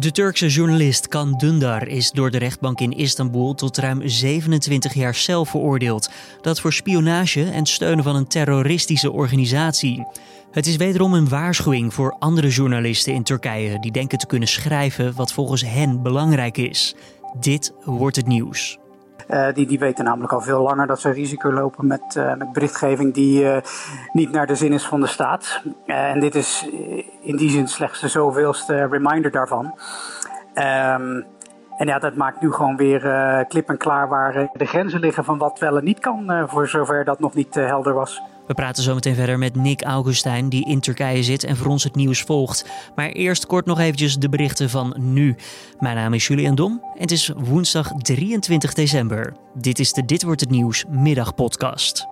De Turkse journalist Can Dündar is door de rechtbank in Istanbul tot ruim 27 jaar cel veroordeeld. Dat voor spionage en steunen van een terroristische organisatie. Het is wederom een waarschuwing voor andere journalisten in Turkije die denken te kunnen schrijven wat volgens hen belangrijk is. Dit wordt het nieuws. Die weten namelijk al veel langer dat ze risico lopen met berichtgeving die niet naar de zin is van de staat. En dit is in die zin slechts de zoveelste reminder daarvan. En ja, dat maakt nu gewoon weer klip en klaar waar de grenzen liggen van wat wel en niet kan, voor zover dat nog niet helder was. We praten zo meteen verder met Nick Augustijn, die in Turkije zit en voor ons het nieuws volgt. Maar eerst kort nog eventjes de berichten van nu. Mijn naam is Julian Dom en het is woensdag 23 december. Dit is de Dit Wordt Het Nieuws middagpodcast.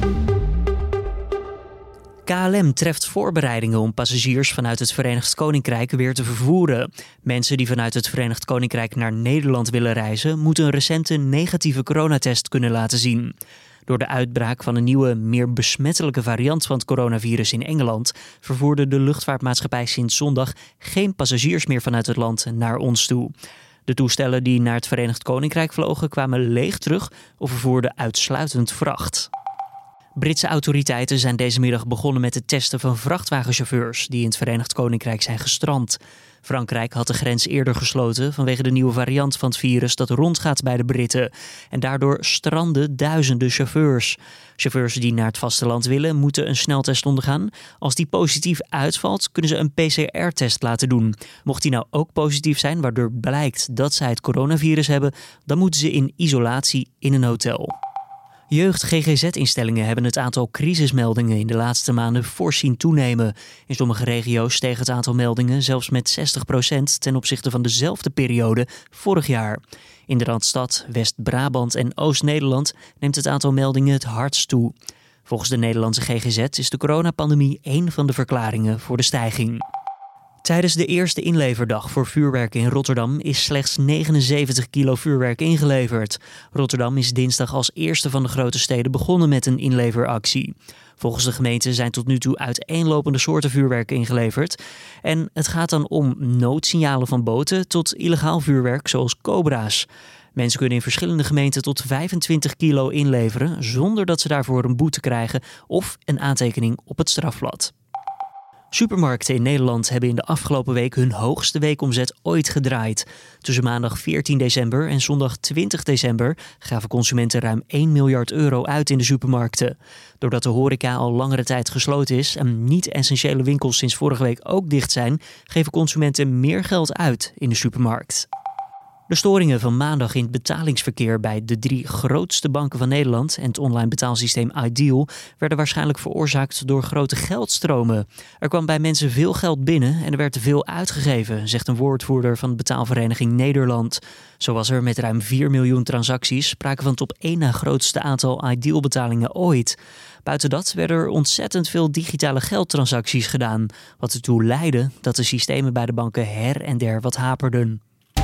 KLM treft voorbereidingen om passagiers vanuit het Verenigd Koninkrijk weer te vervoeren. Mensen die vanuit het Verenigd Koninkrijk naar Nederland willen reizen, moeten een recente negatieve coronatest kunnen laten zien. Door de uitbraak van een nieuwe, meer besmettelijke variant van het coronavirus in Engeland vervoerde de luchtvaartmaatschappij sinds zondag geen passagiers meer vanuit het land naar ons toe. De toestellen die naar het Verenigd Koninkrijk vlogen kwamen leeg terug of vervoerden uitsluitend vracht. Britse autoriteiten zijn deze middag begonnen met het testen van vrachtwagenchauffeurs die in het Verenigd Koninkrijk zijn gestrand. Frankrijk had de grens eerder gesloten vanwege de nieuwe variant van het virus dat rondgaat bij de Britten. En daardoor stranden duizenden chauffeurs. Chauffeurs die naar het vasteland willen moeten een sneltest ondergaan. Als die positief uitvalt, kunnen ze een PCR-test laten doen. Mocht die nou ook positief zijn, waardoor blijkt dat zij het coronavirus hebben, dan moeten ze in isolatie in een hotel. Jeugd-GGZ-instellingen hebben het aantal crisismeldingen in de laatste maanden fors zien toenemen. In sommige regio's steeg het aantal meldingen zelfs met 60% ten opzichte van dezelfde periode vorig jaar. In de Randstad, West-Brabant en Oost-Nederland neemt het aantal meldingen het hardst toe. Volgens de Nederlandse GGZ is de coronapandemie één van de verklaringen voor de stijging. Tijdens de eerste inleverdag voor vuurwerk in Rotterdam is slechts 79 kilo vuurwerk ingeleverd. Rotterdam is dinsdag als eerste van de grote steden begonnen met een inleveractie. Volgens de gemeente zijn tot nu toe uiteenlopende soorten vuurwerk ingeleverd. En het gaat dan om noodsignalen van boten tot illegaal vuurwerk zoals cobra's. Mensen kunnen in verschillende gemeenten tot 25 kilo inleveren zonder dat ze daarvoor een boete krijgen of een aantekening op het strafblad. Supermarkten in Nederland hebben in de afgelopen week hun hoogste weekomzet ooit gedraaid. Tussen maandag 14 december en zondag 20 december gaven consumenten ruim 1 miljard euro uit in de supermarkten. Doordat de horeca al langere tijd gesloten is en niet-essentiële winkels sinds vorige week ook dicht zijn, geven consumenten meer geld uit in de supermarkt. De storingen van maandag in het betalingsverkeer bij de 3 grootste banken van Nederland en het online betaalsysteem Ideal werden waarschijnlijk veroorzaakt door grote geldstromen. Er kwam bij mensen veel geld binnen en er werd te veel uitgegeven, zegt een woordvoerder van de betaalvereniging Nederland. Zo was er met ruim 4 miljoen transacties sprake van het op één na grootste aantal Ideal-betalingen ooit. Buiten dat werden er ontzettend veel digitale geldtransacties gedaan, wat ertoe leidde dat de systemen bij de banken her en der wat haperden.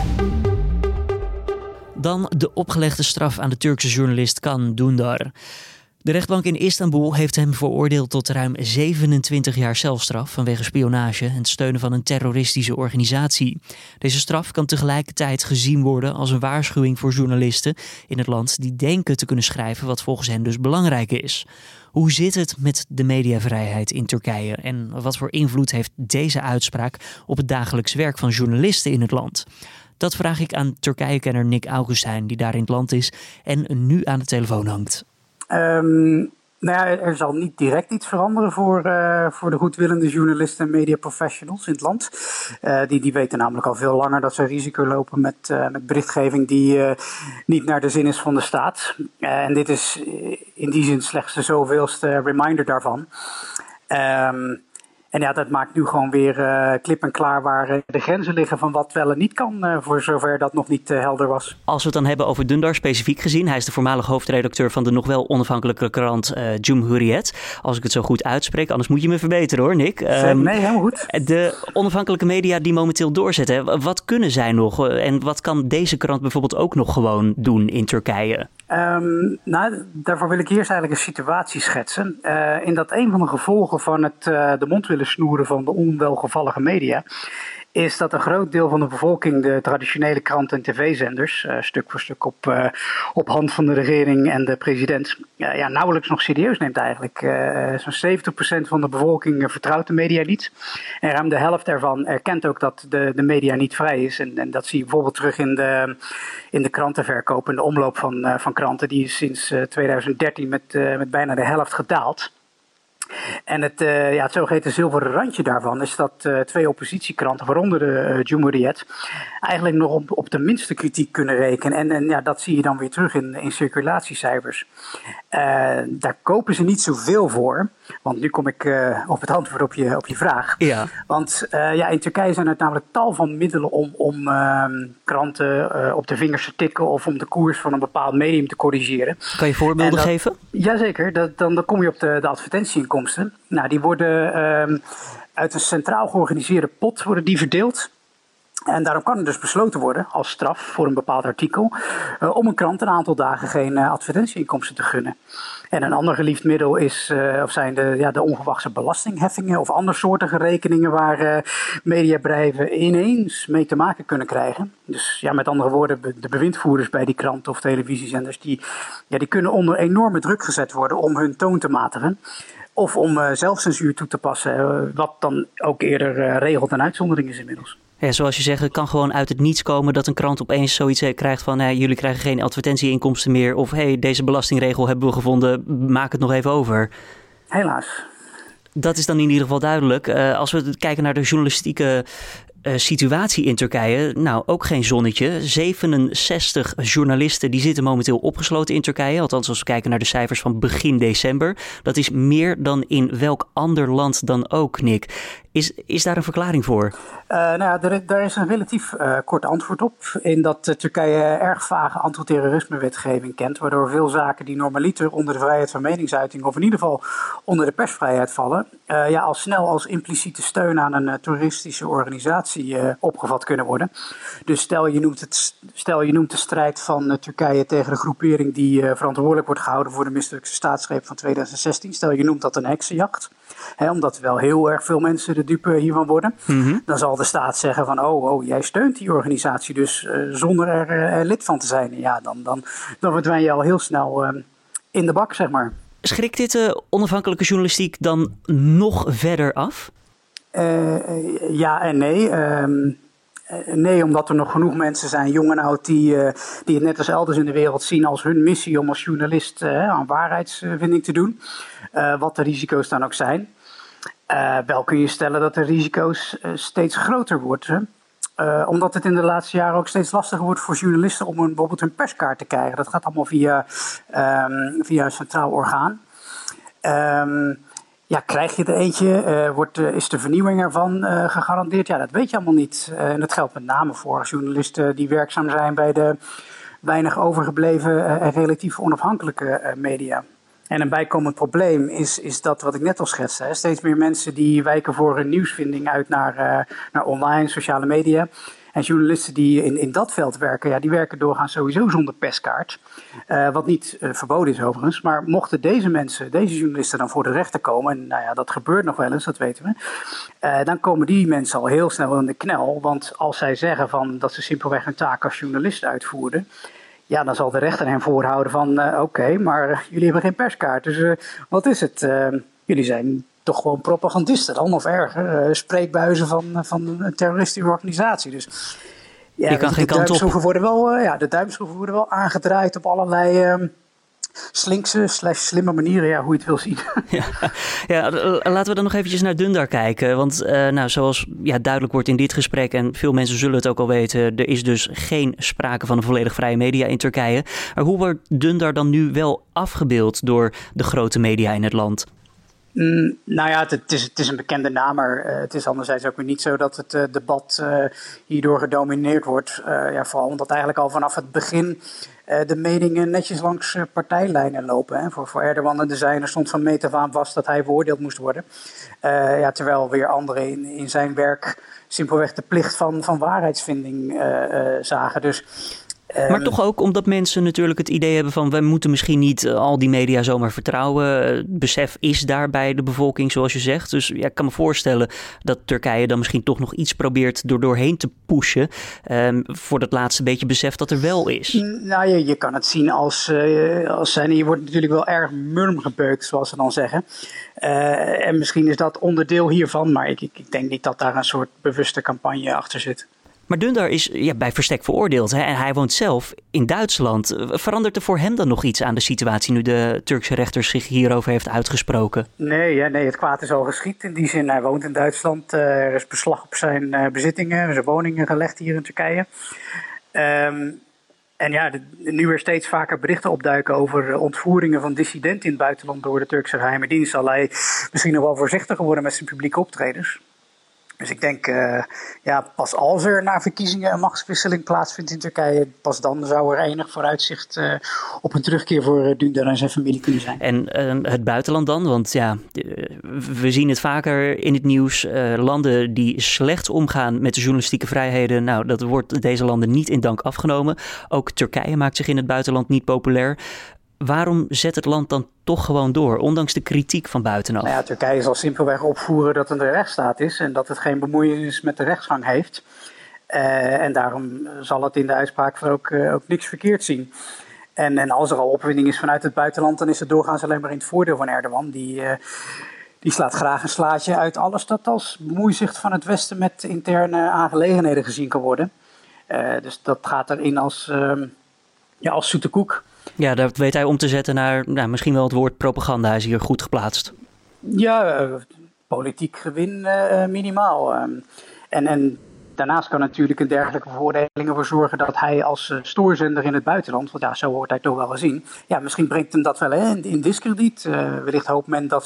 Dan de opgelegde straf aan de Turkse journalist Can Dündar. De rechtbank in Istanbul heeft hem veroordeeld tot ruim 27 jaar celstraf vanwege spionage en het steunen van een terroristische organisatie. Deze straf kan tegelijkertijd gezien worden als een waarschuwing voor journalisten in het land die denken te kunnen schrijven wat volgens hen dus belangrijk is. Hoe zit het met de mediavrijheid in Turkije en wat voor invloed heeft deze uitspraak op het dagelijks werk van journalisten in het land? Dat vraag ik aan Turkije-kenner Nick Augustijn, die daar in het land is en nu aan de telefoon hangt. Er zal niet direct iets veranderen voor de goedwillende journalisten en mediaprofessionals in het land. Die weten namelijk al veel langer dat ze risico lopen met berichtgeving die niet naar de zin is van de staat. En dit is in die zin slechts de zoveelste reminder daarvan. En ja, dat maakt nu gewoon weer klip en klaar waar de grenzen liggen van wat wel en niet kan, voor zover dat nog niet helder was. Als we het dan hebben over Dündar specifiek gezien, hij is de voormalig hoofdredacteur van de nog wel onafhankelijke krant Cumhuriyet. Als ik het zo goed uitspreek, anders moet je me verbeteren hoor, Nick. Nee, helemaal goed. De onafhankelijke media die momenteel doorzetten, wat kunnen zij nog? En wat kan deze krant bijvoorbeeld ook nog gewoon doen in Turkije? Daarvoor wil ik eerst eigenlijk een situatie schetsen. In dat een van de gevolgen van het de mond willen snoeren van de onwelgevallige media is dat een groot deel van de bevolking de traditionele kranten en tv-zenders, stuk voor stuk op hand van de regering en de president, nauwelijks nog serieus neemt eigenlijk. Zo'n 70% van de bevolking vertrouwt de media niet. En ruim de helft daarvan erkent ook dat de media niet vrij is. En dat zie je bijvoorbeeld terug in de krantenverkoop en de omloop van kranten. Die is sinds 2013 met bijna de helft gedaald. En het zogeheten zilveren randje daarvan is dat 2 oppositiekranten, waaronder de Cumhuriyet, eigenlijk nog op de minste kritiek kunnen rekenen. En dat zie je dan weer terug in circulatiecijfers. Daar kopen ze niet zoveel voor. Want nu kom ik op het antwoord op je vraag. Ja. Want in Turkije zijn er namelijk tal van middelen om kranten op de vingers te tikken of om de koers van een bepaald medium te corrigeren. Kan je voorbeelden geven? Jazeker, dan kom je op de advertentieinkomsten. Nou, die worden uit een centraal georganiseerde pot worden die verdeeld. En daarom kan er dus besloten worden, als straf voor een bepaald artikel, om een krant een aantal dagen geen advertentieinkomsten te gunnen. En een ander geliefd middel zijn de onverwachte belastingheffingen of andersoortige rekeningen waar mediabedrijven ineens mee te maken kunnen krijgen. Dus met andere woorden, de bewindvoerders bij die kranten of televisiezenders, die kunnen onder enorme druk gezet worden om hun toon te matigen. Of om zelfcensuur toe te passen, wat dan ook eerder regel en uitzondering is inmiddels. Ja, zoals je zegt, het kan gewoon uit het niets komen dat een krant opeens zoiets krijgt van jullie krijgen geen advertentieinkomsten meer. Of deze belastingregel hebben we gevonden, maak het nog even over. Helaas. Dat is dan in ieder geval duidelijk. Als we kijken naar de journalistieke situatie in Turkije, nou ook geen zonnetje. 67 journalisten die zitten momenteel opgesloten in Turkije. Althans als we kijken naar de cijfers van begin december. Dat is meer dan in welk ander land dan ook, Nick. Is daar een verklaring voor? Daar is een relatief kort antwoord op. In dat Turkije erg vage antiterrorisme-wetgeving kent. Waardoor veel zaken die normaliter onder de vrijheid van meningsuiting, of in ieder geval onder de persvrijheid vallen, al snel als impliciete steun aan een terroristische organisatie opgevat kunnen worden. Dus stel je noemt de strijd van Turkije tegen de groepering die verantwoordelijk wordt gehouden voor de mislukte staatsgreep van 2016. Stel je noemt dat een heksenjacht. Omdat wel heel erg veel mensen de dupe hiervan worden. Mm-hmm. Dan zal de staat zeggen van jij steunt die organisatie dus zonder er lid van te zijn. Ja, dan verdwijn je al heel snel in de bak, zeg maar. Schrikt dit onafhankelijke journalistiek dan nog verder af? Ja en nee. Nee, omdat er nog genoeg mensen zijn, jong en oud, die het net als elders in de wereld zien als hun missie om als journalist aan waarheidsvinding te doen. Wat de risico's dan ook zijn. Wel kun je stellen dat de risico's steeds groter worden. Omdat het in de laatste jaren ook steeds lastiger wordt voor journalisten om bijvoorbeeld hun perskaart te krijgen. Dat gaat allemaal via een centraal orgaan. Krijg je er eentje? Is de vernieuwing ervan gegarandeerd? Ja, dat weet je allemaal niet. En dat geldt met name voor journalisten die werkzaam zijn bij de weinig overgebleven en relatief onafhankelijke media. En een bijkomend probleem is dat wat ik net al schetste. Steeds meer mensen die wijken voor hun nieuwsvinding uit naar online, sociale media. En journalisten die in dat veld werken, die werken doorgaans sowieso zonder perskaart. Wat niet verboden is overigens. Maar mochten deze journalisten dan voor de rechter komen, en dat gebeurt nog wel eens, dat weten we. Dan komen die mensen al heel snel in de knel. Want als zij zeggen dat ze simpelweg hun taak als journalist uitvoerden, dan zal de rechter hen voorhouden van oké, maar jullie hebben geen perskaart. Dus wat is het? Jullie zijn toch gewoon propagandisten dan, of erger, spreekbuizen van een terroristische organisatie. Dus je kan geen kant op. De duimschroeven worden wel aangedraaid op allerlei slinkse / slimme manieren, hoe je het wil zien. Ja, laten we dan nog eventjes naar Dündar kijken. Want zoals duidelijk wordt in dit gesprek, en veel mensen zullen het ook al weten, er is dus geen sprake van een volledig vrije media in Turkije. Maar hoe wordt Dündar dan nu wel afgebeeld door de grote media in het land? Het is een bekende naam, maar het is anderzijds ook weer niet zo dat het debat hierdoor gedomineerd wordt. Vooral omdat eigenlijk al vanaf het begin de meningen netjes langs partijlijnen lopen. Hè. Voor Erdogan en de zijnen stond van meet af aan vast dat hij veroordeeld moest worden. Terwijl weer anderen in zijn werk simpelweg de plicht van waarheidsvinding zagen. Dus Maar toch ook omdat mensen natuurlijk het idee hebben van... we moeten misschien niet al die media zomaar vertrouwen. Het besef is daar bij de bevolking, zoals je zegt. Dus ja, ik kan me voorstellen dat Turkije dan misschien toch nog iets probeert... doorheen te pushen voor dat laatste beetje besef dat er wel is. Nou, je kan het zien als zijn. Je wordt natuurlijk wel erg murm gebeukt, zoals ze dan zeggen. En misschien is dat onderdeel hiervan. Maar ik denk niet dat daar een soort bewuste campagne achter zit. Maar Dündar is bij verstek veroordeeld. Hè? En hij woont zelf in Duitsland. Verandert er voor hem dan nog iets aan de situatie... nu de Turkse rechter zich hierover heeft uitgesproken? Nee, het kwaad is al geschied. In die zin, hij woont in Duitsland. Er is beslag op zijn bezittingen, zijn woningen gelegd hier in Turkije. En ja, nu er steeds vaker berichten opduiken over ontvoeringen van dissidenten in het buitenland door de Turkse geheime dienst, zal hij misschien nog wel voorzichtiger worden met zijn publieke optredens. Dus ik denk, pas als er na verkiezingen een machtswisseling plaatsvindt in Turkije, pas dan zou er enig vooruitzicht op een terugkeer voor Dündar en zijn familie kunnen zijn. En het buitenland dan? Want ja, we zien het vaker in het nieuws. Landen die slecht omgaan met de journalistieke vrijheden, nou, dat wordt deze landen niet in dank afgenomen. Ook Turkije maakt zich in het buitenland niet populair. Waarom zet het land dan toch gewoon door, ondanks de kritiek van buitenaf? Nou ja, Turkije zal simpelweg opvoeren dat het een rechtsstaat is en dat het geen bemoeienis met de rechtsgang heeft. En daarom zal het in de uitspraak ook niks verkeerd zien. En als er al opwinding is vanuit het buitenland, dan is het doorgaans alleen maar in het voordeel van Erdogan. Die slaat graag een slaatje uit alles dat als bemoeizicht van het Westen met interne aangelegenheden gezien kan worden. Dus dat gaat erin als zoete koek. Ja, dat weet hij om te zetten naar misschien wel het woord propaganda is hier goed geplaatst. Ja, politiek gewin minimaal. En daarnaast kan natuurlijk een dergelijke veroordeling ervoor zorgen dat hij als stoorzender in het buitenland, want ja, zo wordt hij toch wel gezien. Ja, misschien brengt hem dat wel in diskrediet. Wellicht hoopt men dat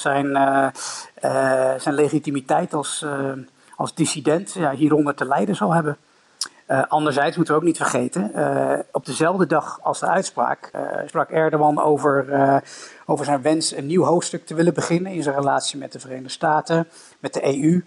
zijn legitimiteit als dissident hieronder te lijden zal hebben. Anderzijds moeten we ook niet vergeten, op dezelfde dag als de uitspraak sprak Erdogan over zijn wens een nieuw hoofdstuk te willen beginnen in zijn relatie met de Verenigde Staten, met de EU.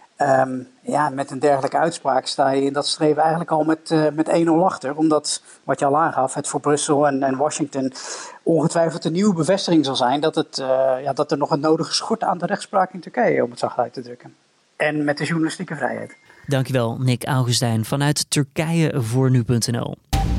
Met een dergelijke uitspraak sta je in dat streven eigenlijk al met 1-0 achter. Omdat, wat je al aangaf, het voor Brussel en Washington ongetwijfeld een nieuwe bevestiging zal zijn dat er nog een nodige schort aan de rechtspraak in Turkije, om het zacht uit te drukken. En met de journalistieke vrijheid. Dankjewel, Nick Augustijn vanuit Turkije voor nu.nl.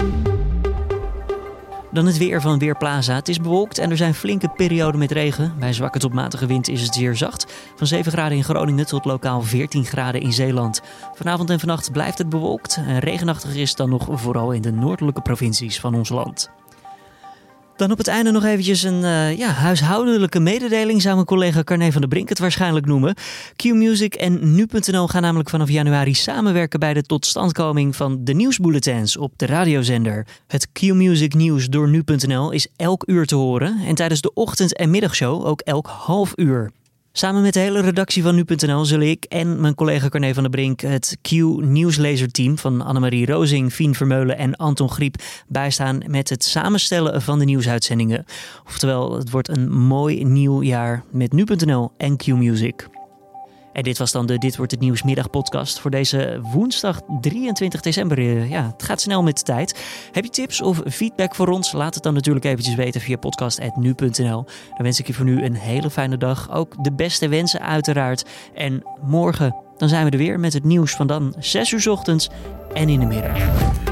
Dan het weer van Weerplaza. Het is bewolkt en er zijn flinke perioden met regen. Bij zwakke tot matige wind is het zeer zacht. Van 7 graden in Groningen tot lokaal 14 graden in Zeeland. Vanavond en vannacht blijft het bewolkt. En regenachtig is dan nog vooral in de noordelijke provincies van ons land. Dan op het einde nog eventjes een huishoudelijke mededeling, zou mijn collega Carné van der Brink het waarschijnlijk noemen. Q-Music en nu.nl gaan namelijk vanaf januari samenwerken bij de totstandkoming van de nieuwsbulletins op de radiozender. Het Q-Music nieuws door nu.nl is elk uur te horen en tijdens de ochtend- en middagshow ook elk half uur. Samen met de hele redactie van nu.nl zullen ik en mijn collega Carné van der Brink het Q-nieuwslezer-team van Annemarie Rozing, Fien Vermeulen en Anton Griep bijstaan met het samenstellen van de nieuwsuitzendingen. Oftewel, het wordt een mooi nieuw jaar met nu.nl en Q-Music. En dit was dan de Dit Wordt Het Nieuws middagpodcast voor deze woensdag 23 december. Het gaat snel met de tijd. Heb je tips of feedback voor ons? Laat het dan natuurlijk eventjes weten via podcast@nu.nl. Dan wens ik je voor nu een hele fijne dag. Ook de beste wensen uiteraard. En morgen dan zijn we er weer met het nieuws van dan 6 uur 's ochtends en in de middag.